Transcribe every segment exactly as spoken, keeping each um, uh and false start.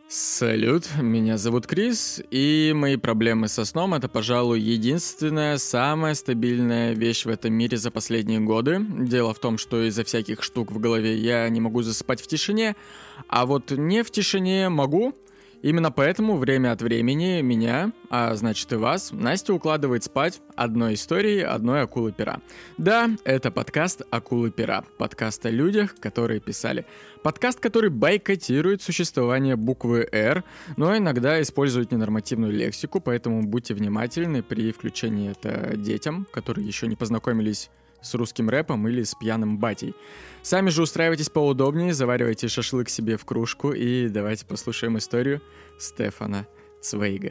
Салют, меня зовут Крис, и мои проблемы со сном — это, пожалуй, единственная, самая стабильная вещь в этом мире за последние годы. Дело в том, что из-за всяких штук в голове я не могу засыпать в тишине, а вот не в тишине могу. Именно поэтому время от времени меня, а значит и вас, Настя укладывает спать одной историей одной акулы-пера. Да, это подкаст «Акулы-пера», подкаст о людях, которые писали. Подкаст, который бойкотирует существование буквы «Р», но иногда использует ненормативную лексику, поэтому будьте внимательны при включении это детям, которые еще не познакомились с русским рэпом или с пьяным батей. Сами же устраивайтесь поудобнее, заваривайте шашлык себе в кружку и давайте послушаем историю Стефана Цвейга.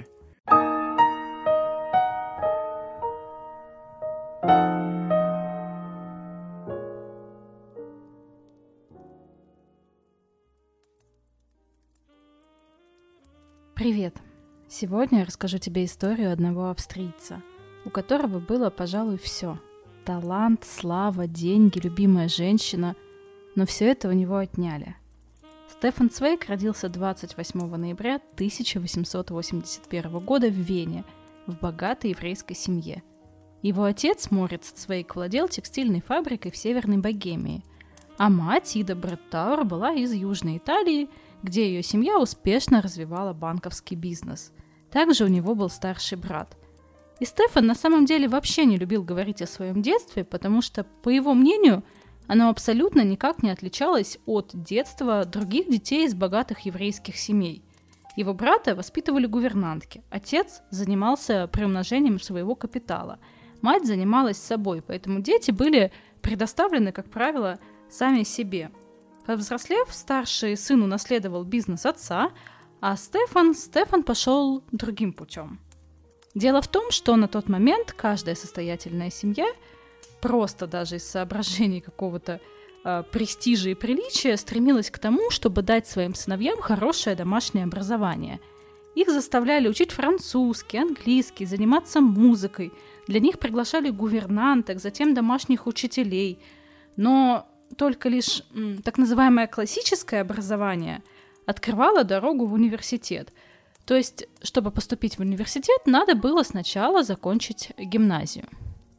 Привет! Сегодня я расскажу тебе историю одного австрийца, у которого было, пожалуй, все. Талант, слава, деньги, любимая женщина, но все это у него отняли. Стефан Цвейг родился двадцать восьмого ноября тысяча восемьсот восемьдесят первого года в Вене, в богатой еврейской семье. Его отец, Мориц Цвейг, владел текстильной фабрикой в Северной Богемии, а мать, Ида Бреттауэр, была из Южной Италии, где ее семья успешно развивала банковский бизнес. Также у него был старший брат. И Стефан на самом деле вообще не любил говорить о своем детстве, потому что, по его мнению, оно абсолютно никак не отличалось от детства других детей из богатых еврейских семей. Его брата воспитывали гувернантки, отец занимался приумножением своего капитала, мать занималась собой, поэтому дети были предоставлены, как правило, сами себе. Повзрослев, старший сын унаследовал бизнес отца, а Стефан, Стефан пошел другим путем. Дело в том, что на тот момент каждая состоятельная семья, просто даже из соображений какого-то э, престижа и приличия, стремилась к тому, чтобы дать своим сыновьям хорошее домашнее образование. Их заставляли учить французский, английский, заниматься музыкой. Для них приглашали гувернанток, затем домашних учителей. Но только лишь м, так называемое классическое образование открывало дорогу в университет. То есть, чтобы поступить в университет, надо было сначала закончить гимназию.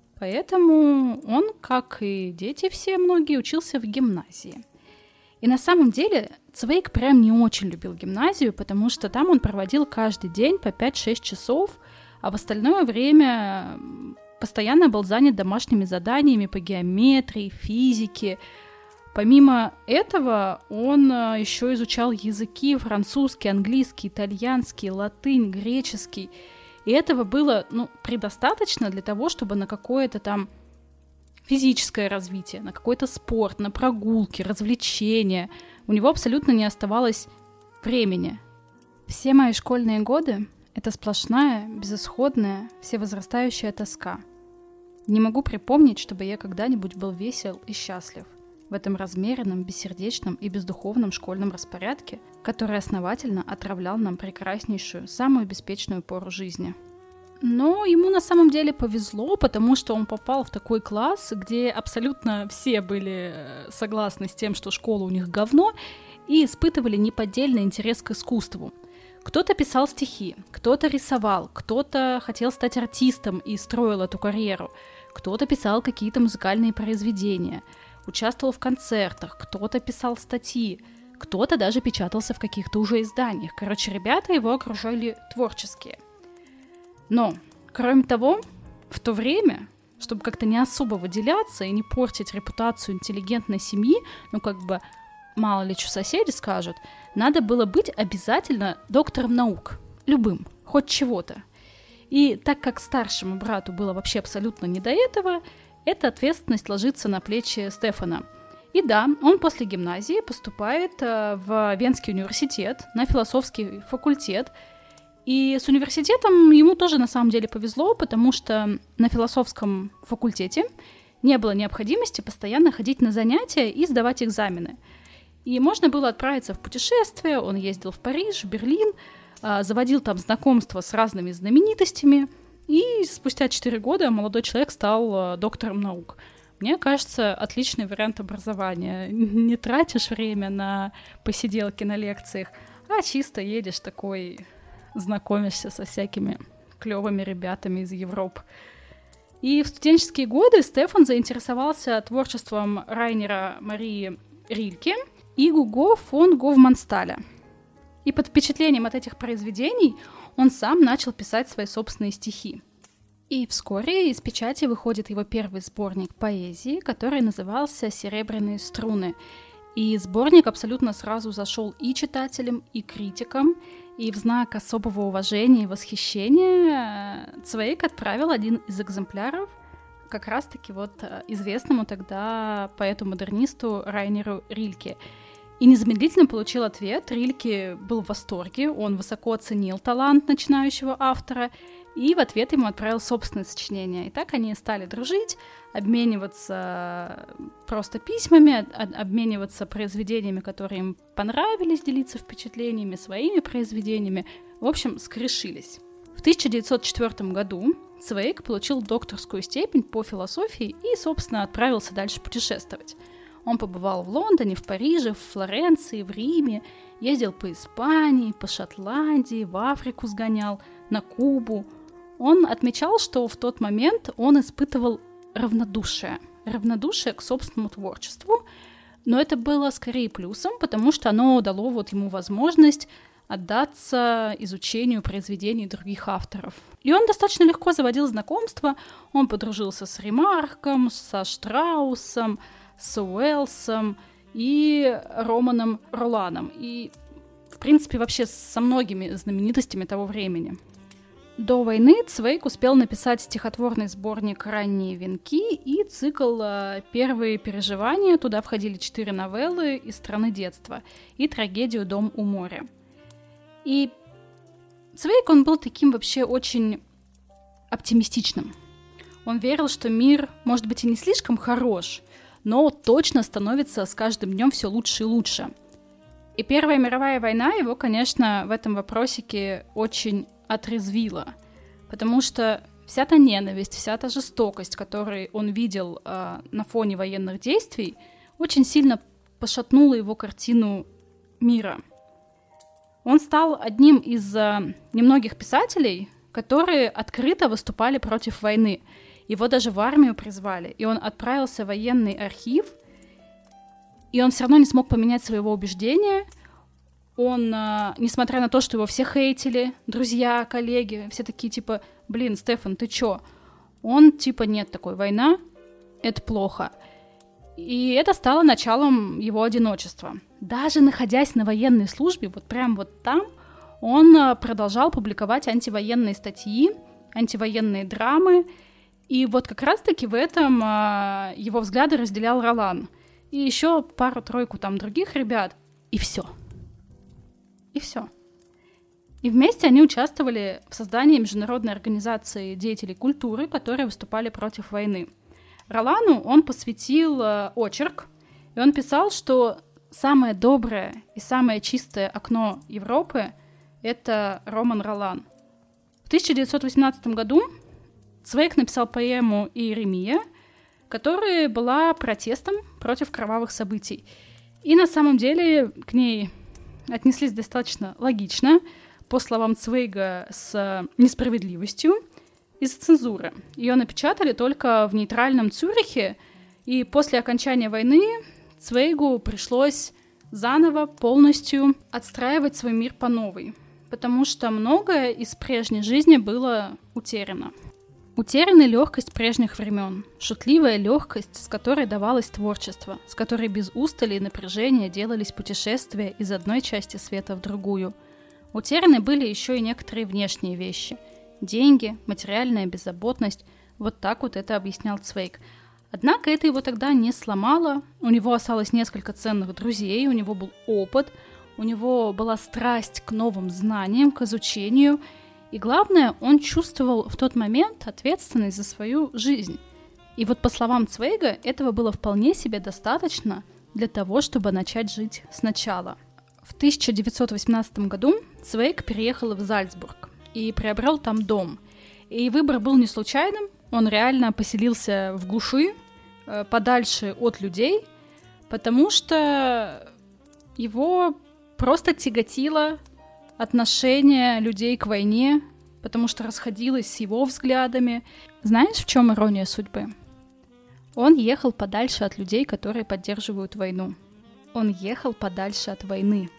Поэтому он, как и дети все многие, учился в гимназии. И на самом деле Цвейг прям не очень любил гимназию, потому что там он проводил каждый день по пять-шесть часов, а в остальное время постоянно был занят домашними заданиями по геометрии, физике. Помимо этого, он еще изучал языки: французский, английский, итальянский, латынь, греческий. И этого было, ну, предостаточно для того, чтобы на какое-то там физическое развитие, на какой-то спорт, на прогулки, развлечения у него абсолютно не оставалось времени. Все мои школьные годы — это сплошная, безысходная, всевозрастающая тоска. Не могу припомнить, чтобы я когда-нибудь был весел и счастлив в этом размеренном, бессердечном и бездуховном школьном распорядке, который основательно отравлял нам прекраснейшую, самую беспечную пору жизни. Но ему на самом деле повезло, потому что он попал в такой класс, где абсолютно все были согласны с тем, что школа у них говно, и испытывали неподдельный интерес к искусству. Кто-то писал стихи, кто-то рисовал, кто-то хотел стать артистом и строил эту карьеру, кто-то писал какие-то музыкальные произведения, участвовал в концертах, кто-то писал статьи, кто-то даже печатался в каких-то уже изданиях. Короче, ребята его окружали творческие. Но, кроме того, в то время, чтобы как-то не особо выделяться и не портить репутацию интеллигентной семьи, ну как бы мало ли что соседи скажут, надо было быть обязательно доктором наук, любым, хоть чего-то. И так как старшему брату было вообще абсолютно не до этого, эта ответственность ложится на плечи Стефана. И да, он после гимназии поступает в Венский университет, на философский факультет. И с университетом ему тоже на самом деле повезло, потому что на философском факультете не было необходимости постоянно ходить на занятия и сдавать экзамены. И можно было отправиться в путешествие, он ездил в Париж, в Берлин, заводил там знакомства с разными знаменитостями, и спустя четыре года молодой человек стал доктором наук. Мне кажется, отличный вариант образования. Не тратишь время на посиделки на лекциях, а чисто едешь такой, знакомишься со всякими клевыми ребятами из Европы. И в студенческие годы Стефан заинтересовался творчеством Райнера Марии Рильке и Гуго фон Гофмансталя. И под впечатлением от этих произведений он сам начал писать свои собственные стихи. И вскоре из печати выходит его первый сборник поэзии, который назывался «Серебряные струны». И сборник абсолютно сразу зашел и читателям, и критикам, и в знак особого уважения и восхищения Цвейг отправил один из экземпляров как раз-таки вот известному тогда поэту-модернисту Райнеру Рильке. И незамедлительно получил ответ. Рильке был в восторге, он высоко оценил талант начинающего автора, и в ответ ему отправил собственное сочинение. И так они стали дружить, обмениваться просто письмами, обмениваться произведениями, которые им понравились, делиться впечатлениями, своими произведениями. В общем, скорешились. В тысяча девятьсот четвёртом году Цвейг получил докторскую степень по философии и, собственно, отправился дальше путешествовать. Он побывал в Лондоне, в Париже, в Флоренции, в Риме, ездил по Испании, по Шотландии, в Африку сгонял, на Кубу. Он отмечал, что в тот момент он испытывал равнодушие, равнодушие к собственному творчеству, но это было скорее плюсом, потому что оно дало вот ему возможность отдаться изучению произведений других авторов. И он достаточно легко заводил знакомства, он подружился с Ремарком, со Штраусом, с Уэллсом и Романом Роланом, и, в принципе, вообще со многими знаменитостями того времени. До войны Цвейг успел написать стихотворный сборник «Ранние венки» и цикл «Первые переживания». Туда входили четыре новеллы из «Страны детства» и трагедию «Дом у моря». И Цвейг, он был таким вообще очень оптимистичным. Он верил, что мир, может быть, и не слишком хорош, но точно становится с каждым днем все лучше и лучше. И Первая мировая война его, конечно, в этом вопросике очень отрезвила, потому что вся та ненависть, вся та жестокость, которую он видел э, на фоне военных действий, очень сильно пошатнула его картину мира. Он стал одним из э, немногих писателей, которые открыто выступали против войны. Его даже в армию призвали, и он отправился в военный архив, и он все равно не смог поменять своего убеждения. Он, э, несмотря на то, что его все хейтили, друзья, коллеги, все такие типа, блин, Стефан, ты чё? Он типа, нет, такой, война, это плохо. И это стало началом его одиночества. Даже находясь на военной службе, вот прям вот там, он э, продолжал публиковать антивоенные статьи, антивоенные драмы, и вот как раз-таки в этом э, его взгляды разделял Ролан. И еще пару-тройку там других ребят, и все. И все. И вместе они участвовали в создании международной организации деятелей культуры, которые выступали против войны. Ролану он посвятил э, очерк, и он писал, что самое доброе и самое чистое окно Европы — это Роман Ролан. В тысяча девятьсот восемнадцатом году Цвейг написал поэму «Иеремия», которая была протестом против кровавых событий. И на самом деле к ней отнеслись достаточно логично, по словам Цвейга, с несправедливостью из-за цензуры. Ее напечатали только в нейтральном Цюрихе, и после окончания войны Цвейгу пришлось заново полностью отстраивать свой мир по новой, потому что многое из прежней жизни было утеряно. Утеряна легкость прежних времен, шутливая легкость, с которой давалось творчество, с которой без устали и напряжения делались путешествия из одной части света в другую. Утеряны были еще и некоторые внешние вещи. Деньги, материальная беззаботность. Вот так вот это объяснял Цвейг. Однако это его тогда не сломало. У него осталось несколько ценных друзей, у него был опыт, у него была страсть к новым знаниям, к изучению. И главное, он чувствовал в тот момент ответственность за свою жизнь. И вот по словам Цвейга, этого было вполне себе достаточно для того, чтобы начать жить сначала. В тысяча девятьсот восемнадцатом году Цвейг переехал в Зальцбург и приобрел там дом. И выбор был не случайным, он реально поселился в глуши, подальше от людей, потому что его просто тяготило отношение людей к войне, потому что расходилось с его взглядами. Знаешь, в чем ирония судьбы? Он ехал подальше от людей, которые поддерживают войну. Он ехал подальше от войны.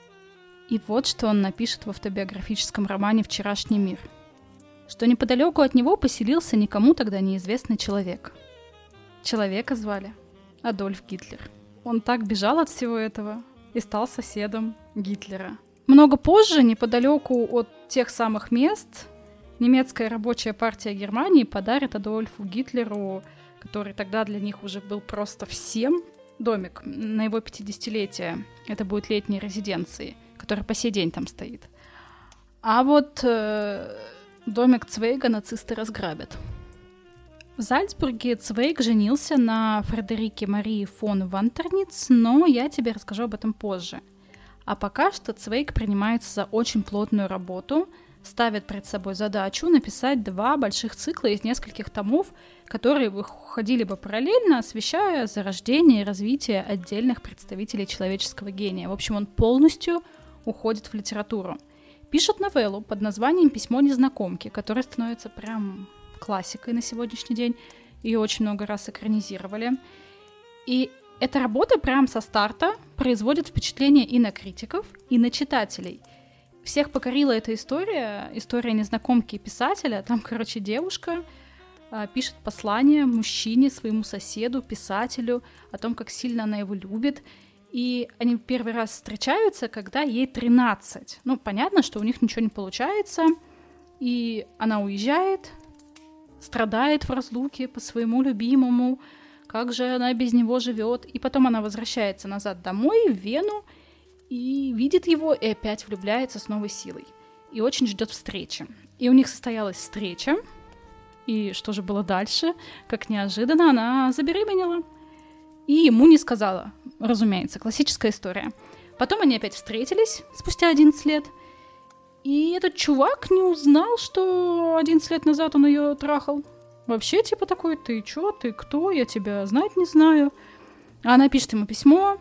И вот что он напишет в автобиографическом романе «Вчерашний мир». Что неподалеку от него поселился никому тогда неизвестный человек. Человека звали Адольф Гитлер. Он так бежал от всего этого и стал соседом Гитлера. Много позже, неподалеку от тех самых мест, немецкая рабочая партия Германии подарит Адольфу Гитлеру, который тогда для них уже был просто всем, домик на его пятидесятилетие. Это будет летней резиденцией, которая по сей день там стоит. А вот э, домик Цвейга нацисты разграбят. В Зальцбурге Цвейг женился на Фредерике Марии фон Вантерниц, но я тебе расскажу об этом позже. А пока что Цвейг принимается за очень плотную работу, ставит перед собой задачу написать два больших цикла из нескольких томов, которые выходили бы параллельно, освещая зарождение и развитие отдельных представителей человеческого гения. В общем, он полностью уходит в литературу. Пишет новеллу под названием «Письмо незнакомки», которая становится прям классикой на сегодняшний день. Ее очень много раз экранизировали. И эта работа прям со старта производит впечатление и на критиков, и на читателей. Всех покорила эта история, история незнакомки и писателя. Там, короче, девушка а, пишет послание мужчине, своему соседу, писателю, о том, как сильно она его любит. И они первый раз встречаются, когда ей тринадцать. Ну, понятно, что у них ничего не получается. И она уезжает, страдает в разлуке по своему любимому, как же она без него живет. И потом она возвращается назад домой, в Вену, и видит его, и опять влюбляется с новой силой. И очень ждет встречи. И у них состоялась встреча. И что же было дальше? Как неожиданно она забеременела. И ему не сказала, разумеется, классическая история. Потом они опять встретились спустя одиннадцать лет. И этот чувак не узнал, что одиннадцать лет назад он ее трахал. Вообще, типа такой, ты чё, ты кто, я тебя знать не знаю. А она пишет ему письмо,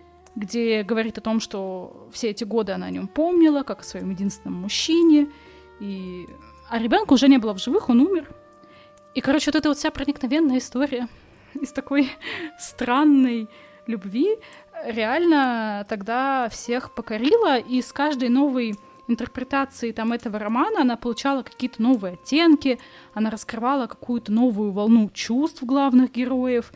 где говорит о том, что все эти годы она о нем помнила, как о своем единственном мужчине. И... А ребенка уже не было в живых, он умер. И, короче, вот эта вот вся проникновенная история из такой странной любви реально тогда всех покорила, и с каждой новой интерпретацией там этого романа она получала какие-то новые оттенки, она раскрывала какую-то новую волну чувств главных героев.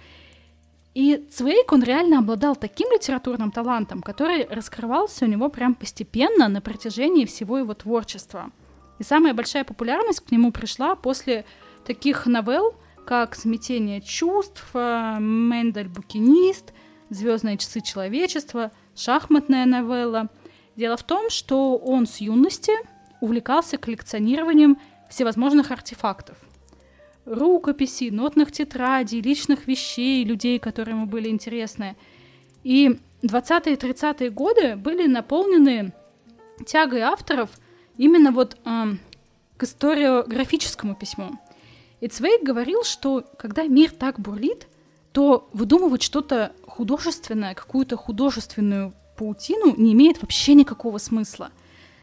И Цвейг, он реально обладал таким литературным талантом, который раскрывался у него прям постепенно на протяжении всего его творчества. И самая большая популярность к нему пришла после таких новелл, как «Смятение чувств», «Мендель букинист», «Звездные часы человечества», «Шахматная новелла». Дело в том, что он с юности увлекался коллекционированием всевозможных артефактов. Рукописей, нотных тетрадей, личных вещей людей, которые ему были интересны. И двадцатые и тридцатые годы были наполнены тягой авторов именно вот э, к историографическому письму. И Цвейг говорил, что когда мир так бурлит, то выдумывать что-то художественное, какую-то художественную паутину не имеет вообще никакого смысла.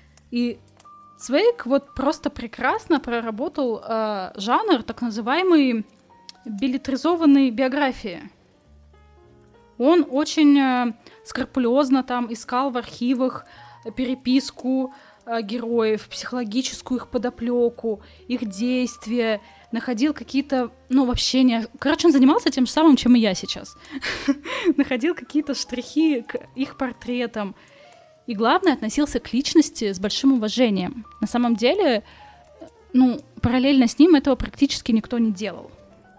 И Цвейг вот просто прекрасно проработал э, жанр так называемой беллетризованной биографии. Он очень э, скрупулезно там искал в архивах переписку э, героев, психологическую их подоплеку, их действия, находил какие-то, ну, вообще не... Короче, он занимался тем же самым, чем и я сейчас. Находил какие-то штрихи к их портретам. И главное, относился к личности с большим уважением. На самом деле, ну, параллельно с ним этого практически никто не делал.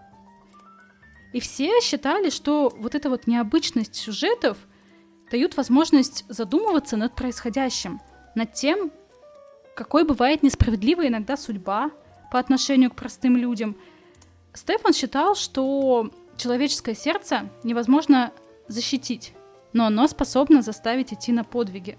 И все считали, что вот эта вот необычность сюжетов дают возможность задумываться над происходящим, над тем, какой бывает несправедливая иногда судьба по отношению к простым людям. Стефан считал, что человеческое сердце невозможно защитить, но оно способно заставить идти на подвиги.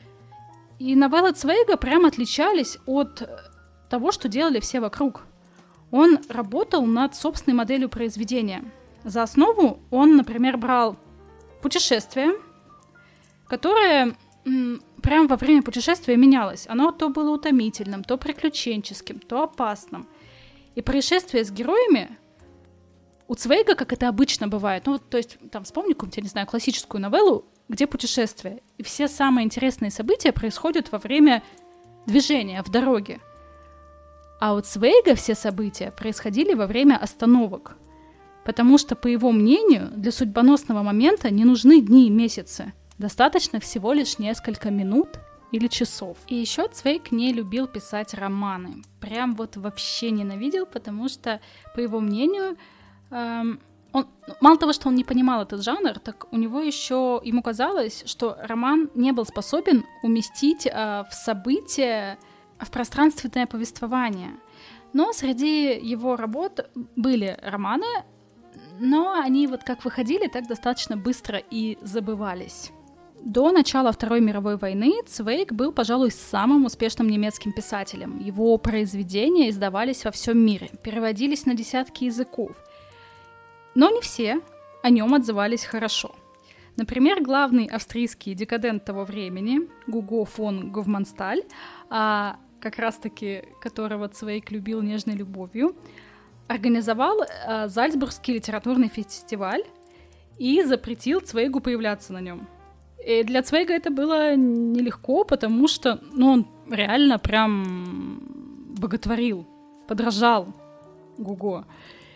И новеллы Цвейга прям отличались от того, что делали все вокруг. Он работал над собственной моделью произведения. За основу он, например, брал путешествие, которое прямо во время путешествия менялось. Оно то было утомительным, то приключенческим, то опасным. И происшествия с героями у Цвейга, как это обычно бывает, ну, то есть, там, вспомни какую-нибудь, я не знаю, классическую новеллу, где путешествие, и все самые интересные события происходят во время движения, в дороге. А у Цвейга все события происходили во время остановок, потому что, по его мнению, для судьбоносного момента не нужны дни и месяцы, достаточно всего лишь несколько минут или часов. И еще Цвейг не любил писать романы, прям вот вообще ненавидел, потому что, по его мнению, эм, он, мало того, что он не понимал этот жанр, так у него еще, ему казалось, что роман не был способен уместить э, в события, в пространственное повествование. Но среди его работ были романы, но они вот как выходили, так достаточно быстро и забывались. До начала Второй мировой войны Цвейг был, пожалуй, самым успешным немецким писателем. Его произведения издавались во всем мире, переводились на десятки языков. Но не все о нем отзывались хорошо. Например, главный австрийский декадент того времени, Гуго фон Гофмансталь, а как раз-таки которого Цвейг любил нежной любовью, организовал а, Зальцбургский литературный фестиваль и запретил Цвейгу появляться на нем. И для Цвейга это было нелегко, потому что ну, он реально прям боготворил, подражал Гуго.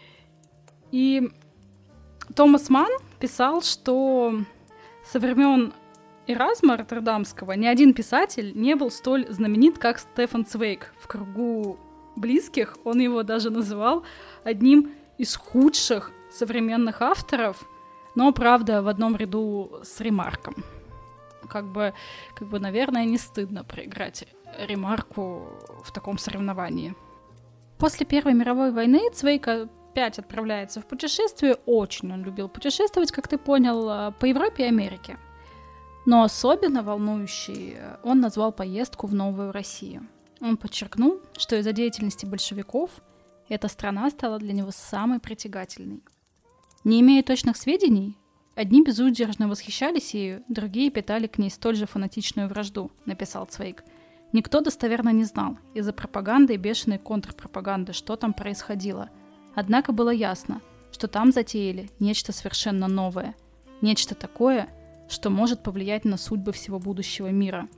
И Томас Манн писал, что со времен Эразма Роттердамского ни один писатель не был столь знаменит, как Стефан Цвейг. В кругу близких он его даже называл одним из худших современных авторов, но, правда, в одном ряду с Ремарком. Как бы, как бы, наверное, не стыдно проиграть Ремарку в таком соревновании. После Первой мировой войны Цвейг опять отправляется в путешествие. Очень он любил путешествовать, как ты понял, по Европе и Америке. Но особенно волнующей он назвал поездку в Новую Россию. Он подчеркнул, что из-за деятельности большевиков эта страна стала для него самой притягательной. Не имея точных сведений, одни безудержно восхищались ею, другие питали к ней столь же фанатичную вражду, написал Цвейг. Никто достоверно не знал, из-за пропаганды и бешеной контрпропаганды, что там происходило. Однако было ясно, что там затеяли нечто совершенно новое, нечто такое, что может повлиять на судьбы всего будущего мира.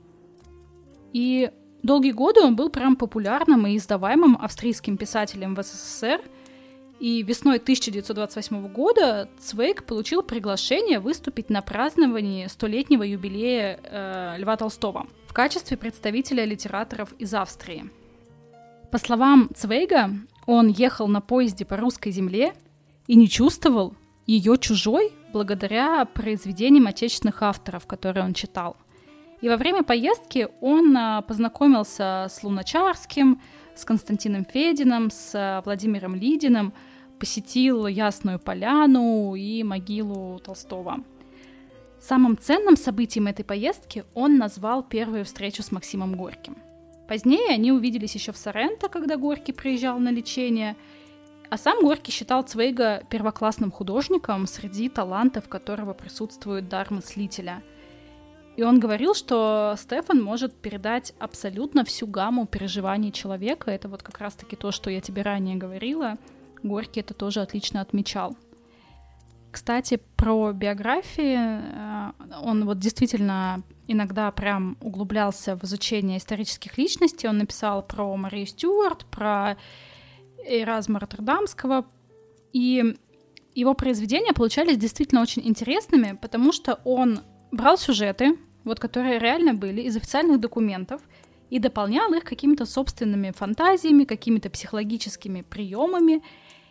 И долгие годы он был прям популярным и издаваемым австрийским писателем в СССР, и весной тысяча девятьсот двадцать восьмого года Цвейг получил приглашение выступить на праздновании столетнего юбилея э, Льва Толстого в качестве представителя литераторов из Австрии. По словам Цвейга, он ехал на поезде по русской земле и не чувствовал ее чужой благодаря произведениям отечественных авторов, которые он читал. И во время поездки он а, познакомился с Луначарским, с Константином Фединым, с Владимиром Лидиным, посетил Ясную Поляну и могилу Толстого. Самым ценным событием этой поездки он назвал первую встречу с Максимом Горьким. Позднее они увиделись еще в Соренто, когда Горький приезжал на лечение, а сам Горький считал Цвейга первоклассным художником, среди талантов которого присутствует дар мыслителя. И он говорил, что Стефан может передать абсолютно всю гамму переживаний человека. Это вот как раз-таки то, что я тебе ранее говорила. Горький это тоже отлично отмечал. Кстати, про биографии. Он вот действительно иногда прям углублялся в изучение исторических личностей. Он написал про Марию Стюарт, про Эразма Роттердамского. И его произведения получались действительно очень интересными, потому что он брал сюжеты, вот, которые реально были из официальных документов, и дополнял их какими-то собственными фантазиями, какими-то психологическими приемами.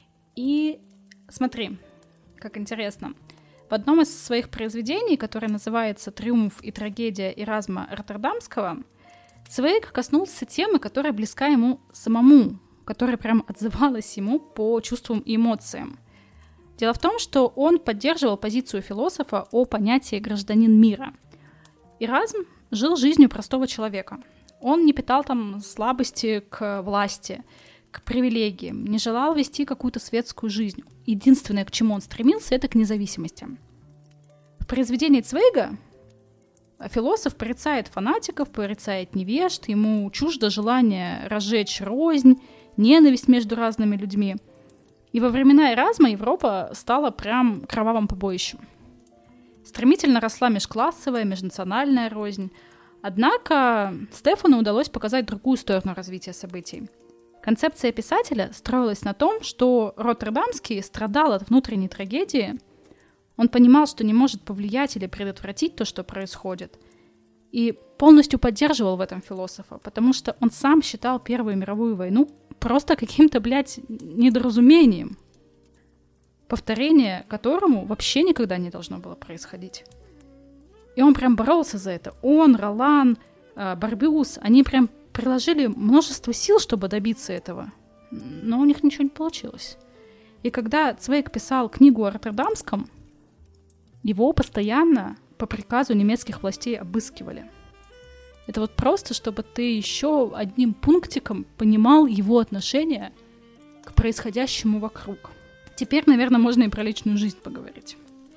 И смотри, как интересно. В одном из своих произведений, которое называется «Триумф и трагедия Эразма Роттердамского», Цвейг коснулся темы, которая близка ему самому, которая прям отзывалась ему по чувствам и эмоциям. Дело в том, что он поддерживал позицию философа о понятии «гражданин мира». Эразм жил жизнью простого человека. Он не питал там слабости к власти, к привилегиям, не желал вести какую-то светскую жизнь. Единственное, к чему он стремился, это к независимости. В произведении Цвейга Философ порицает фанатиков, порицает невежд, ему чуждо желание разжечь рознь, ненависть между разными людьми. И во времена Эразма Европа стала прям кровавым побоищем. Стремительно росла межклассовая, межнациональная рознь. Однако Стефану удалось показать другую сторону развития событий. Концепция писателя строилась на том, что Роттердамский страдал от внутренней трагедии. Он понимал, что не может повлиять или предотвратить то, что происходит. И полностью поддерживал в этом философа, потому что он сам считал Первую мировую войну просто каким-то, блядь, недоразумением, повторение которому вообще никогда не должно было происходить. И он прям боролся за это. Он, Ролан, Барбюс, они прям приложили множество сил, чтобы добиться этого. Но у них ничего не получилось. И когда Цвейг писал книгу о Роттердамском, его постоянно по приказу немецких властей обыскивали. Это вот просто, чтобы ты еще одним пунктиком понимал его отношение к происходящему вокруг. Теперь, наверное, можно и про личную жизнь поговорить.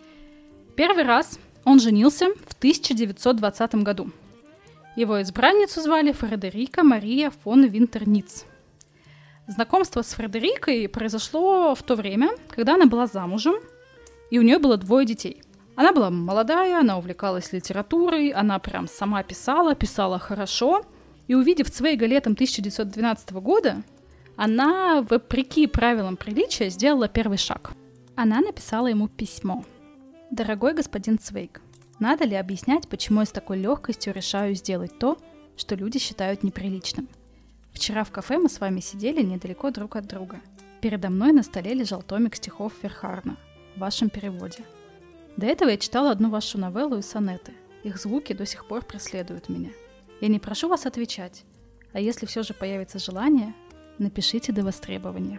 Первый раз он женился в тысяча девятьсот двадцатом году. Его избранницу звали Фредерика Мария фон Винтерниц. Знакомство с Фредерикой произошло в то время, когда она была замужем, и у нее было двое детей. Она была молодая, она увлекалась литературой, она прям сама писала, писала хорошо. И увидев Цвейга летом тысяча девятьсот двенадцатого года, она, вопреки правилам приличия, сделала первый шаг. Она написала ему письмо. «Дорогой господин Цвейг, надо ли объяснять, почему я с такой легкостью решаю сделать то, что люди считают неприличным? Вчера в кафе мы с вами сидели недалеко друг от друга. Передо мной на столе лежал томик стихов Верхарна в вашем переводе. До этого я читала одну вашу новеллу и сонеты. Их звуки до сих пор преследуют меня. Я не прошу вас отвечать, а если все же появится желание, напишите до востребования».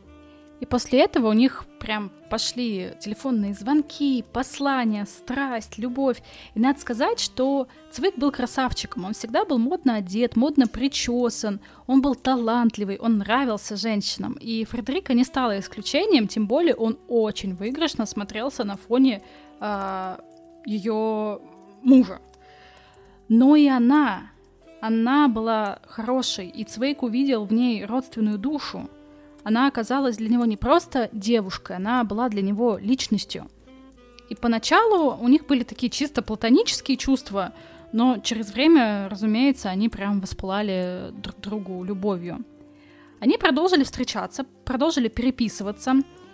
И после этого у них прям пошли телефонные звонки, послания, страсть, любовь. И надо сказать, что Цвейг был красавчиком. Он всегда был модно одет, модно причесан. Он был талантливый, он нравился женщинам. И Фредерика не стала исключением, тем более он очень выигрышно смотрелся на фоне э, ее мужа. Но и она, она была хорошей, и Цвейг увидел в ней родственную душу. Она оказалась для него не просто девушкой, она была для него личностью. И поначалу у них были такие чисто платонические чувства, но через время, разумеется, они прям воспылали друг другу любовью. Они продолжили встречаться, продолжили переписываться,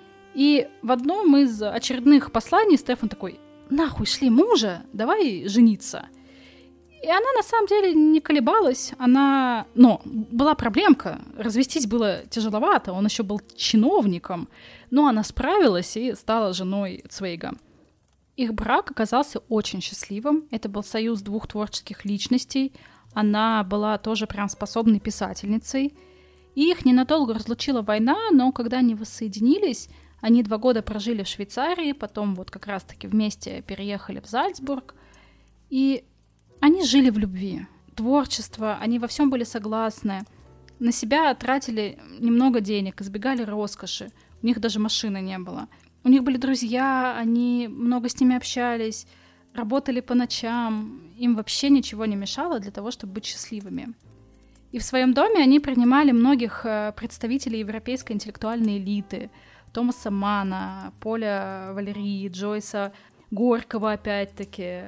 и в одном из очередных посланий Стефан такой: «Нахуй шли мужа, давай жениться». И она на самом деле не колебалась, она... Но была проблемка, развестись было тяжеловато, он еще был чиновником, но она справилась и стала женой Цвейга. Их брак оказался очень счастливым, это был союз двух творческих личностей, она была тоже прям способной писательницей, и их ненадолго разлучила война, но когда они воссоединились, они два года прожили в Швейцарии, потом вот как раз-таки вместе переехали в Зальцбург, и... Они жили в любви, творчество, они во всем были согласны. На себя тратили немного денег, избегали роскоши. У них даже машины не было. У них были друзья, они много с ними общались, работали по ночам. Им вообще ничего не мешало для того, чтобы быть счастливыми. И в своем доме они принимали многих представителей европейской интеллектуальной элиты. Томаса Манна, Поля Валерии, Джойса Горького, опять-таки,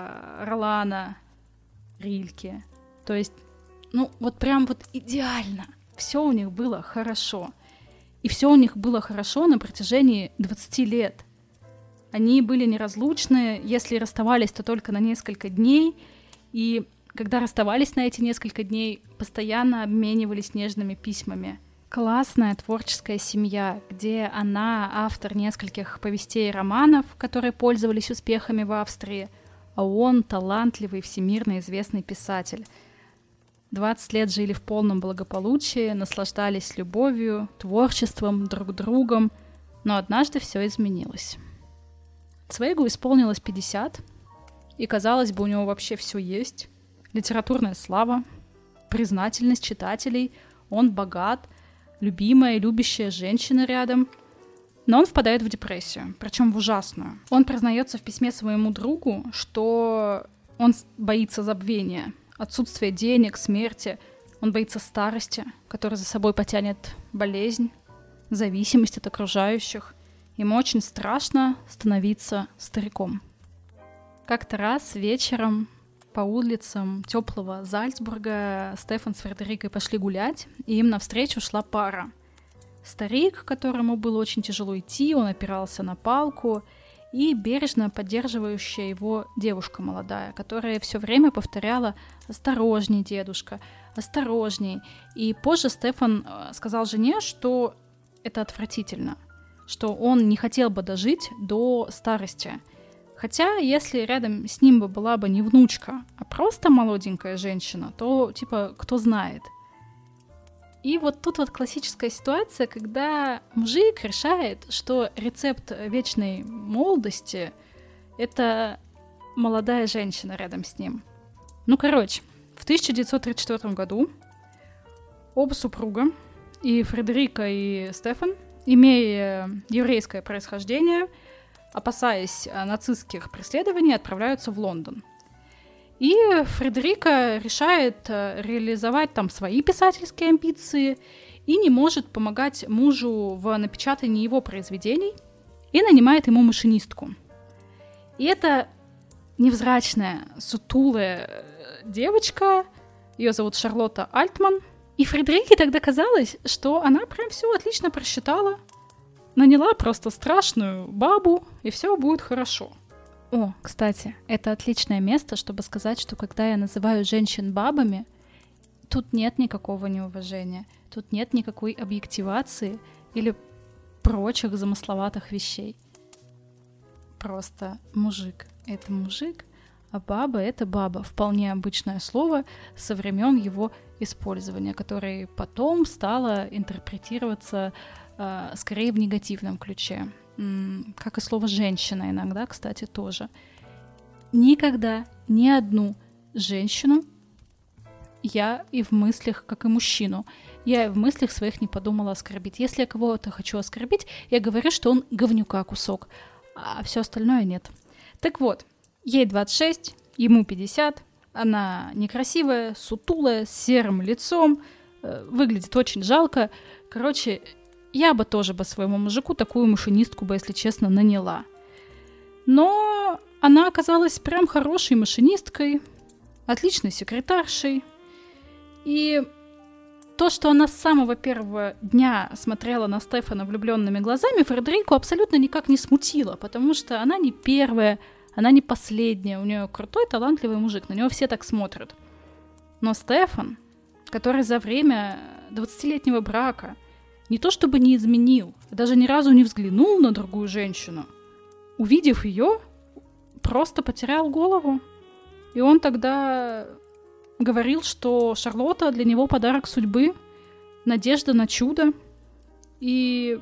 Ролана, Рильке. То есть, ну, вот прям вот идеально. Все у них было хорошо. И все у них было хорошо на протяжении двадцати лет. Они были неразлучны, если расставались, то только на несколько дней. И когда расставались на эти несколько дней, постоянно обменивались нежными письмами. Классная творческая семья, где она автор нескольких повестей и романов, которые пользовались успехами в Австрии, а он талантливый, всемирно известный писатель. двадцать лет жили в полном благополучии, наслаждались любовью, творчеством, друг другом, но однажды все изменилось. Цвейгу исполнилось пятьдесят, и, казалось бы, у него вообще все есть. Литературная слава, признательность читателей, он богат, любимая и любящая женщина рядом. Но он впадает в депрессию, причем в ужасную. Он признается в письме своему другу, что Он боится забвения, отсутствия денег, смерти. Он боится старости, которая за собой потянет болезнь, зависимость от окружающих. Ему очень страшно становиться стариком. Как-то раз вечером по улицам теплого Зальцбурга Стефан с Фредерикой пошли гулять, и им навстречу шла пара. Старик, которому было очень тяжело идти, он опирался на палку, и бережно поддерживающая его девушка молодая, которая все время повторяла «Осторожней, дедушка, осторожней». И позже Стефан сказал жене, что это отвратительно, что он не хотел бы дожить до старости. Хотя, если рядом с ним бы была бы не внучка, а просто молоденькая женщина, то, типа, кто знает. И вот тут вот классическая ситуация, когда мужик решает, что рецепт вечной молодости — это молодая женщина рядом с ним. Ну, короче, в тысяча девятьсот тридцать четвёртом году оба супруга, и Фредерика, и Стефан, имея еврейское происхождение, опасаясь нацистских преследований, отправляются в Лондон. И Фредерика решает реализовать там свои писательские амбиции и не может помогать мужу в напечатании его произведений и нанимает ему машинистку. И это невзрачная, сутулая девочка, ее зовут Шарлотта Альтман. И Фредерике тогда казалось, что она прям все отлично просчитала, наняла просто страшную бабу, и все будет хорошо. О, кстати, это отличное место, чтобы сказать, что когда я называю женщин бабами, тут нет никакого неуважения, тут нет никакой объективации или прочих замысловатых вещей. Просто мужик — это мужик, а баба — это баба. Вполне обычное слово со времен его использования, которое потом стало интерпретироваться э, скорее в негативном ключе. Как и слово «женщина» иногда, кстати, тоже. Никогда ни одну женщину я и в мыслях, как и мужчину, я и в мыслях своих не подумала оскорбить. Если я кого-то хочу оскорбить, я говорю, что он говнюка кусок, а все остальное нет. Так вот, ей двадцать шесть, ему пятьдесят, она некрасивая, сутулая, с серым лицом, выглядит очень жалко. Короче, я бы тоже бы своему мужику такую машинистку бы, если честно, наняла. Но она оказалась прям хорошей машинисткой, отличной секретаршей. И то, что она с самого первого дня смотрела на Стефана влюбленными глазами, Фредерику абсолютно никак не смутило, потому что она не первая, она не последняя, у нее крутой, талантливый мужик, на него все так смотрят. Но Стефан, который за время двадцатилетнего брака не то чтобы не изменил, даже ни разу не взглянул на другую женщину, увидев ее, просто потерял голову. И он тогда говорил, что Шарлотта для него подарок судьбы, надежда на чудо. И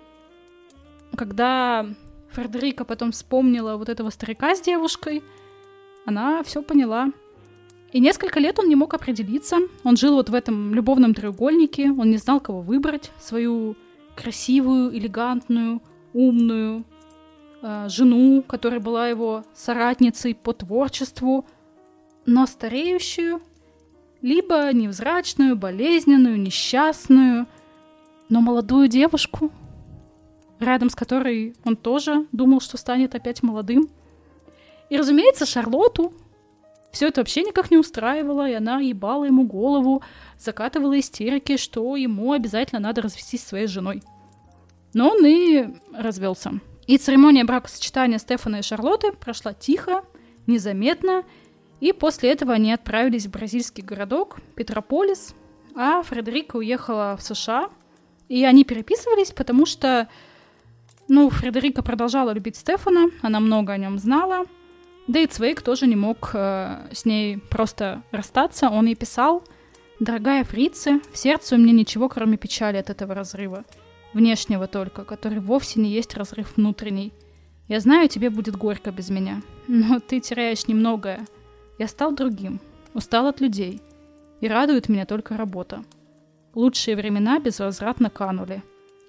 когда Фредерика потом вспомнила вот этого старика с девушкой, она все поняла. И несколько лет он не мог определиться. Он жил вот в этом любовном треугольнике, он не знал, кого выбрать. Свою красивую, элегантную, умную э, жену, которая была его соратницей по творчеству, но стареющую, либо невзрачную, болезненную, несчастную, но молодую девушку, рядом с которой он тоже думал, что станет опять молодым. И, разумеется, Шарлотту все это вообще никак не устраивало, и она ебала ему голову, закатывала истерики, что ему обязательно надо развестись со своей женой. Но он и развелся. И церемония бракосочетания Стефана и Шарлотты прошла тихо, незаметно, и после этого они отправились в бразильский городок Петрополис, а Фредерика уехала в США, и они переписывались, потому что, ну, Фредерика продолжала любить Стефана, она много о нем знала. Да и Цвейг тоже не мог э, с ней просто расстаться. Он ей писал: «Дорогая Фрице, в сердце у меня ничего, кроме печали от этого разрыва. Внешнего только, который вовсе не есть разрыв внутренний. Я знаю, тебе будет горько без меня, но ты теряешь немногое. Я стал другим, устал от людей, и радует меня только работа. Лучшие времена безвозвратно канули.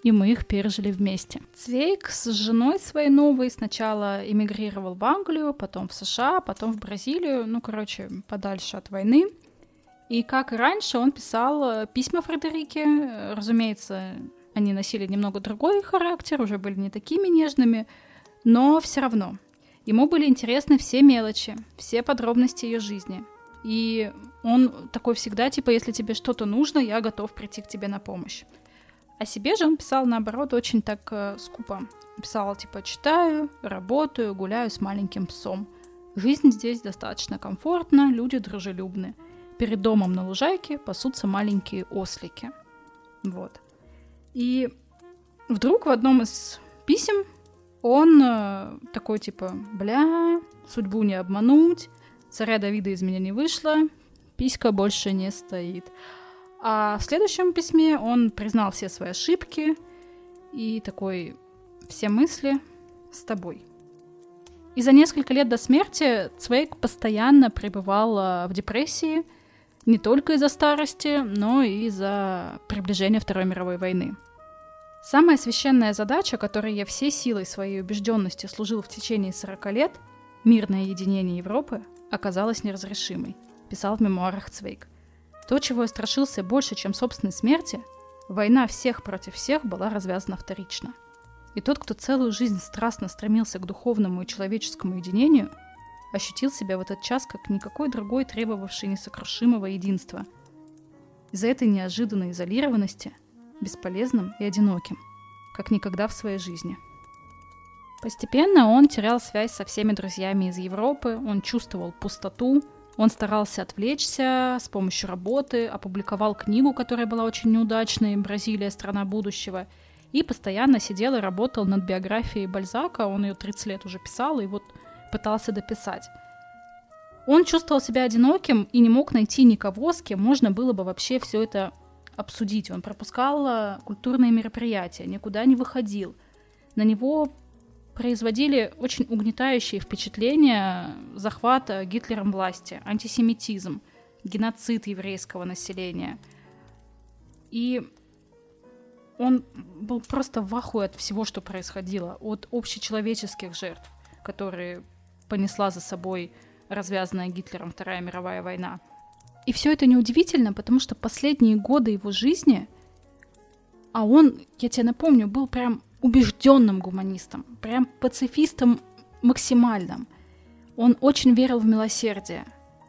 и мы их пережили вместе. Цвейг с женой своей новой сначала эмигрировал в Англию, потом в США, потом в Бразилию, ну, короче, подальше от войны. И как и раньше, он писал письма Фредерике. Разумеется, они носили немного другой характер, уже были не такими нежными, но все равно. Ему были интересны все мелочи, все подробности ее жизни. И он такой всегда, типа, если тебе что-то нужно, я готов прийти к тебе на помощь. О себе же он писал, наоборот, очень так э, скупо. Писал, типа, читаю, работаю, гуляю с маленьким псом. Жизнь здесь достаточно комфортна, люди дружелюбны. Перед домом на лужайке пасутся маленькие ослики. Вот. И вдруг в одном из писем он э, такой, типа, бля, судьбу не обмануть, царя Давида из меня не вышло, писька больше не стоит. А в следующем письме он признал все свои ошибки и такой: все мысли с тобой. И за несколько лет до смерти Цвейг постоянно пребывал в депрессии, не только из-за старости, но и из-за приближения Второй мировой войны. Самая священная задача, которой я всей силой своей убежденности служил в течение сорока лет, мирное единение Европы, оказалась неразрешимой, писал в мемуарах Цвейг. То, чего я страшился больше, чем собственной смерти, война всех против всех была развязана вторично. И тот, кто целую жизнь страстно стремился к духовному и человеческому единению, ощутил себя в этот час как никакой другой, требовавший несокрушимого единства. Из-за этой неожиданной изолированности бесполезным и одиноким, как никогда в своей жизни. Постепенно он терял связь со всеми друзьями из Европы, он чувствовал пустоту, он старался отвлечься с помощью работы, опубликовал книгу, которая была очень неудачной «Бразилия. Страна будущего», и постоянно сидел и работал над биографией Бальзака, он ее тридцать лет уже писал, и вот пытался дописать. Он чувствовал себя одиноким и не мог найти никого, с кем можно было бы вообще все это обсудить. Он пропускал культурные мероприятия, никуда не выходил. На него производили очень угнетающие впечатления захвата Гитлером власти, антисемитизм, геноцид еврейского населения. И он был просто в ахуе от всего, что происходило, от общечеловеческих жертв, которые понесла за собой развязанная Гитлером Вторая мировая война. И все это неудивительно, потому что последние годы его жизни, а он, я тебе напомню, был прям убежденным гуманистом, прям пацифистом максимальным. Он очень верил в милосердие.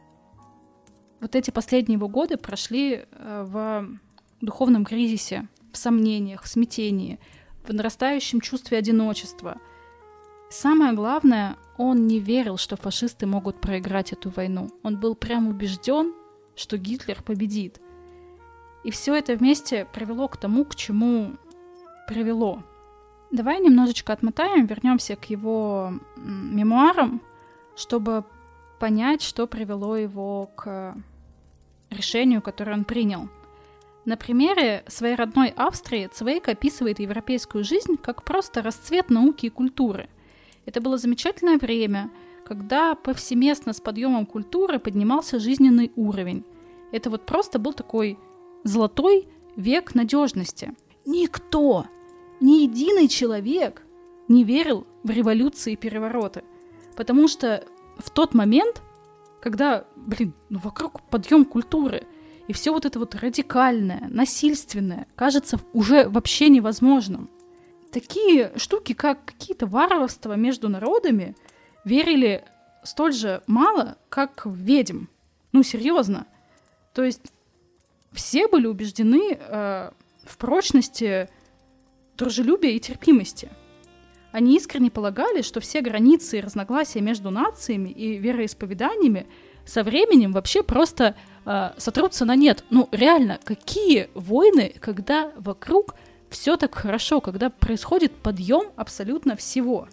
Вот эти последние его годы прошли в духовном кризисе, в сомнениях, в смятении, в нарастающем чувстве одиночества. Самое главное, он не верил, что фашисты могут проиграть эту войну. Он был прям убежден, что Гитлер победит. И все это вместе привело к тому, к чему привело. Давай немножечко отмотаем, вернемся к его мемуарам, чтобы понять, что привело его к решению, которое он принял. На примере своей родной Австрии Цвейг описывает европейскую жизнь как просто расцвет науки и культуры. Это было замечательное время, когда повсеместно с подъемом культуры поднимался жизненный уровень. Это вот просто был такой золотой век надежности. Никто, ни единый человек не верил в революции и перевороты. Потому что в тот момент, когда, блин, ну вокруг подъем культуры, и все вот это вот радикальное, насильственное кажется уже вообще невозможным. Такие штуки, как какие-то варварства между народами, верили столь же мало, как в ведьм. Ну, серьезно. То есть все были убеждены э, в прочности дружелюбия и терпимости. Они искренне полагали, что все границы и разногласия между нациями и вероисповеданиями со временем вообще просто э, сотрутся на нет. Ну, реально, какие войны, когда вокруг все так хорошо, когда происходит подъем абсолютно всего.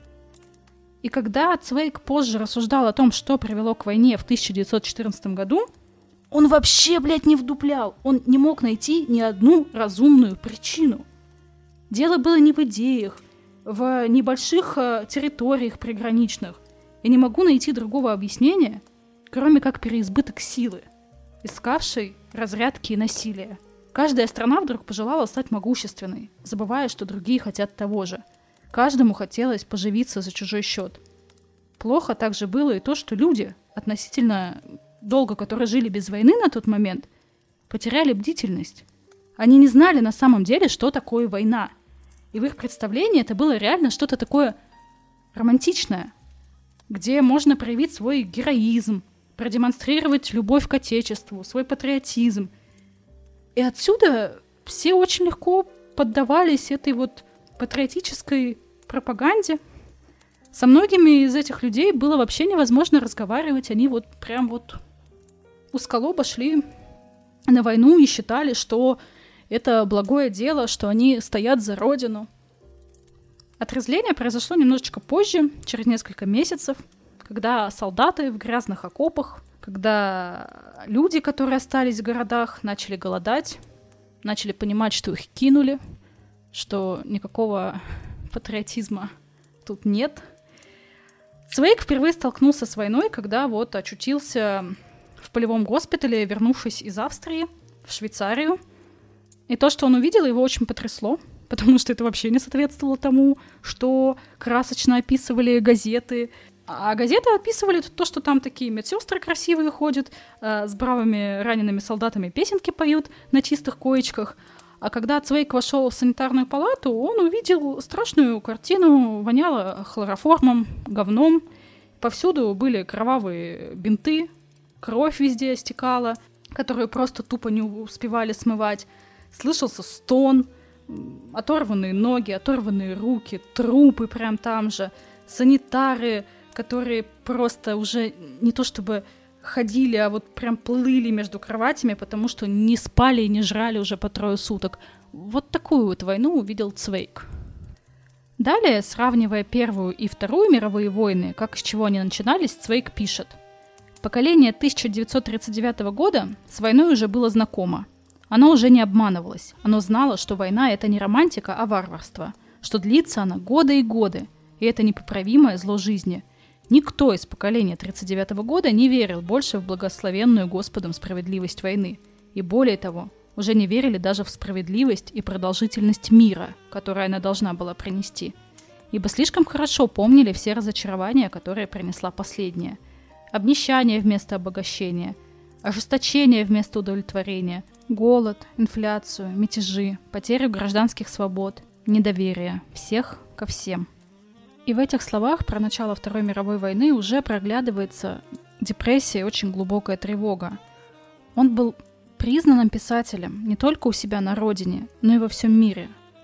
И когда Цвейг позже рассуждал о том, что привело к войне в тысяча девятьсот четырнадцатом году, он вообще, блядь, не вдуплял. Он не мог найти ни одну разумную причину. Дело было не в идеях, в небольших э, территориях приграничных. Я не могу найти другого объяснения, кроме как переизбыток силы, искавшей разрядки и насилия. Каждая страна вдруг пожелала стать могущественной, забывая, что другие хотят того же. Каждому хотелось поживиться за чужой счет. Плохо также было и то, что люди, относительно долго которые жили без войны на тот момент, потеряли бдительность. Они не знали на самом деле, что такое война. И в их представлении это было реально что-то такое романтичное, где можно проявить свой героизм, продемонстрировать любовь к Отечеству, свой патриотизм. И отсюда все очень легко поддавались этой вот патриотической пропаганде. Со многими из этих людей было вообще невозможно разговаривать. Они вот прям вот узколобо шли на войну и считали, что это благое дело, что они стоят за родину. Отрезвление произошло немножечко позже, через несколько месяцев, когда солдаты в грязных окопах, когда люди, которые остались в городах, начали голодать, начали понимать, что их кинули, что никакого патриотизма тут нет. Цвейг впервые столкнулся с войной, когда вот очутился в полевом госпитале, вернувшись из Австрии в Швейцарию. И то, что он увидел, его очень потрясло, потому что это вообще не соответствовало тому, что красочно описывали газеты. А газеты описывали то, что там такие медсестры красивые ходят, э, с бравыми ранеными солдатами песенки поют на чистых коечках. А когда Цвейг вошел в санитарную палату, он увидел страшную картину, воняло хлороформом, говном. Повсюду были кровавые бинты, кровь везде стекала, которую просто тупо не успевали смывать. Слышался стон, оторванные ноги, оторванные руки, трупы прям там же, санитары, которые просто уже не то чтобы ходили, а вот прям плыли между кроватями, потому что не спали и не жрали уже по трое суток. Вот такую вот войну увидел Цвейг. Далее, сравнивая Первую и Вторую мировые войны, как с чего они начинались, Цвейг пишет: «Поколение тысяча девятьсот тридцать девятого года с войной уже было знакомо. Оно уже не обманывалось. Оно знало, что война — это не романтика, а варварство, что длится она годы и годы, и это непоправимое зло жизни. Никто из поколения тридцать девятого года не верил больше в благословенную Господом справедливость войны. И более того, уже не верили даже в справедливость и продолжительность мира, которую она должна была принести. Ибо слишком хорошо помнили все разочарования, которые принесла последняя. Обнищание вместо обогащения, ожесточение вместо удовлетворения, голод, инфляцию, мятежи, потерю гражданских свобод, недоверие всех ко всем». И в этих словах про начало Второй мировой войны уже проглядывается депрессия и очень глубокая тревога. Он был признанным писателем не только у себя на родине, но и во всем мире.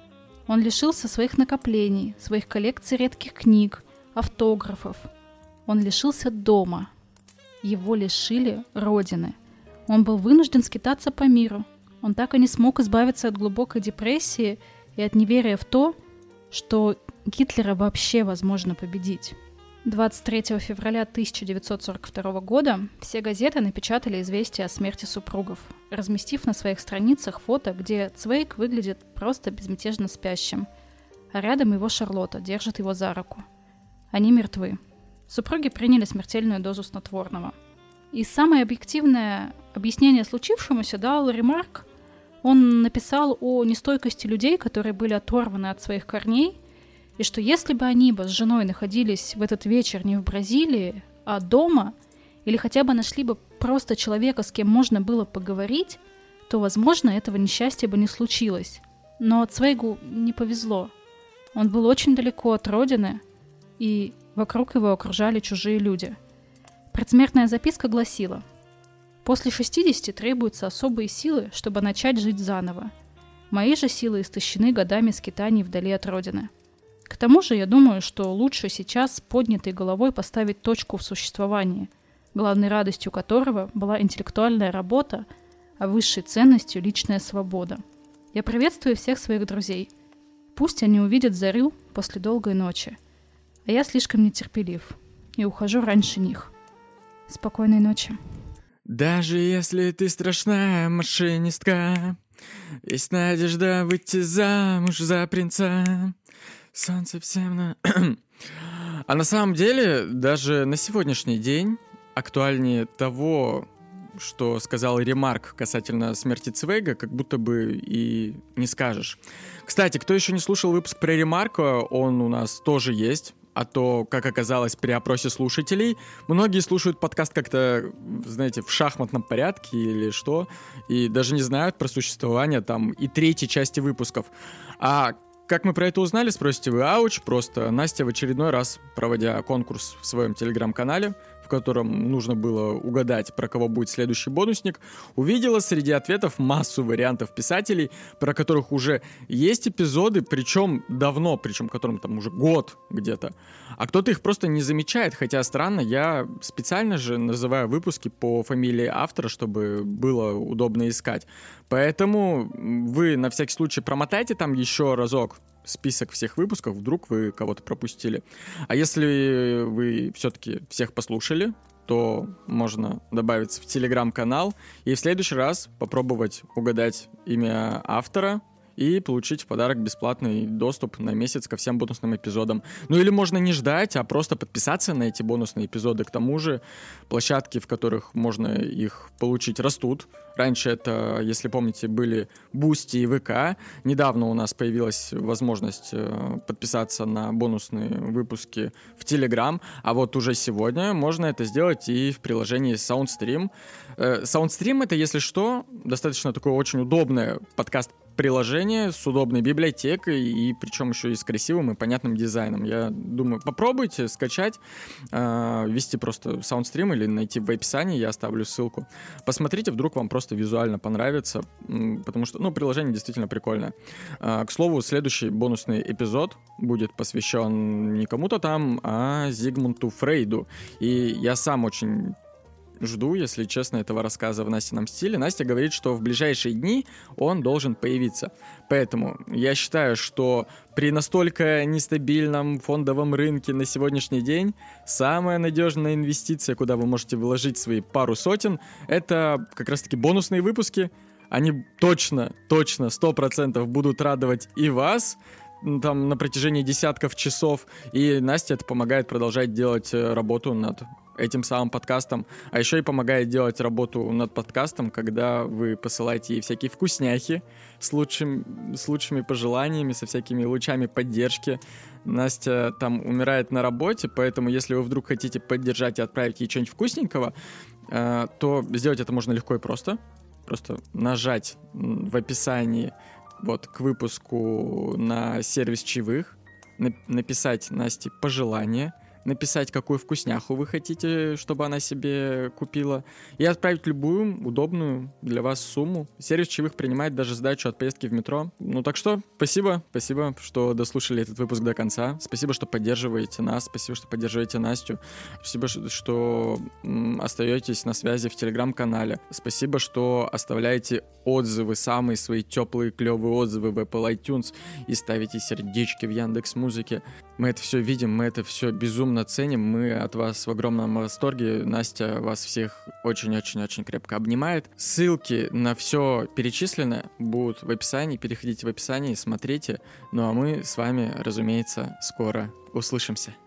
Он лишился своих накоплений, своих коллекций редких книг, автографов. Он лишился дома. Его лишили родины. Он был вынужден скитаться по миру. Он так и не смог избавиться от глубокой депрессии и от неверия в то, что Гитлера вообще возможно победить. двадцать третьего февраля тысяча девятьсот сорок второго года все газеты напечатали известие о смерти супругов, разместив на своих страницах фото, где Цвейг выглядит просто безмятежно спящим, а рядом его Шарлотта держит его за руку. Они мертвы. Супруги приняли смертельную дозу снотворного. И самое объективное объяснение случившемуся дал Ремарк. Он написал о нестойкости людей, которые были оторваны от своих корней, и что если бы они бы с женой находились в этот вечер не в Бразилии, а дома, или хотя бы нашли бы просто человека, с кем можно было поговорить, то, возможно, этого несчастья бы не случилось. Но Цвейгу не повезло. Он был очень далеко от родины, и вокруг его окружали чужие люди. Предсмертная записка гласила: «После шестидесяти требуются особые силы, чтобы начать жить заново. Мои же силы истощены годами скитаний вдали от родины. К тому же я думаю, что лучше сейчас с поднятой головой поставить точку в существовании, главной радостью которого была интеллектуальная работа, а высшей ценностью личная свобода. Я приветствую всех своих друзей. Пусть они увидят зарю после долгой ночи. А я слишком нетерпелив и ухожу раньше них. Спокойной ночи». Даже если ты страшная мошеннистка, есть надежда выйти замуж за принца. Солнце всем на... А на самом деле, даже на сегодняшний день актуальнее того, что сказал ремарк касательно смерти Цвейга, как будто бы и не скажешь. Кстати, кто еще не слушал выпуск про ремарка, он у нас тоже есть. А то, как оказалось при опросе слушателей, многие слушают подкаст как-то, знаете, в шахматном порядке или что, и даже не знают про существование там и третьей части выпусков. А как мы про это узнали, спросите вы, ауч, просто Настя в очередной раз, проводя конкурс в своем телеграм-канале, в котором нужно было угадать, про кого будет следующий бонусник, увидела среди ответов массу вариантов писателей, про которых уже есть эпизоды, причем давно, причем которым там уже год где-то. А кто-то их просто не замечает, хотя странно, я специально же называю выпуски по фамилии автора, чтобы было удобно искать. Поэтому вы на всякий случай промотайте там еще разок список всех выпусков, вдруг вы кого-то пропустили. А если вы все-таки всех послушали, то можно добавиться в телеграм-канал и в следующий раз попробовать угадать имя автора и получить в подарок бесплатный доступ на месяц ко всем бонусным эпизодам. Ну или можно не ждать, а просто подписаться на эти бонусные эпизоды. К тому же площадки, в которых можно их получить, растут. Раньше это, если помните, были Boosty и ВК. Недавно у нас появилась возможность подписаться на бонусные выпуски в Telegram. А вот уже сегодня можно это сделать и в приложении SoundStream. SoundStream — это, если что, достаточно такое очень удобное подкаст-приложение с удобной библиотекой и причем еще и с красивым и понятным дизайном. Я думаю, попробуйте скачать, ввести просто SoundStream или найти в описании, я оставлю ссылку. Посмотрите, вдруг вам просто визуально понравится, потому что, ну, приложение действительно прикольное. К слову, следующий бонусный эпизод будет посвящен не кому-то там, а Зигмунду Фрейду. И я сам очень жду, если честно, этого рассказа в Настином стиле. Настя говорит, что в ближайшие дни он должен появиться. Поэтому я считаю, что при настолько нестабильном фондовом рынке на сегодняшний день самая надежная инвестиция, куда вы можете вложить свои пару сотен, это как раз-таки бонусные выпуски. Они точно, точно, сто процентов будут радовать и вас там на протяжении десятков часов. И Настя это помогает продолжать делать работу над этим самым подкастом, а еще и помогает делать работу над подкастом, когда вы посылаете ей всякие вкусняхи с, лучшим, с лучшими пожеланиями, со всякими лучами поддержки. Настя там умирает на работе, поэтому если вы вдруг хотите поддержать и отправить ей что-нибудь вкусненького, э, то сделать это можно легко и просто. Просто нажать в описании вот к выпуску на сервис чаевых, на- написать Насте пожелание, написать, какую вкусняху вы хотите, чтобы она себе купила, и отправить любую удобную для вас сумму. Сервис чаевых принимает даже сдачу от поездки в метро. Ну так что, спасибо, спасибо, что дослушали этот выпуск до конца. Спасибо, что поддерживаете нас, спасибо, что поддерживаете Настю. Спасибо, что м, остаетесь на связи в Телеграм-канале. Спасибо, что оставляете отзывы, самые свои теплые, клевые отзывы в Apple iTunes и ставите сердечки в Яндекс.Музыке. Мы это все видим, мы это все безумно ценим, мы от вас в огромном восторге. Настя вас всех очень-очень-очень крепко обнимает. Ссылки на все перечисленное будут в описании, переходите в описание, смотрите. Ну а мы с вами, разумеется, скоро услышимся.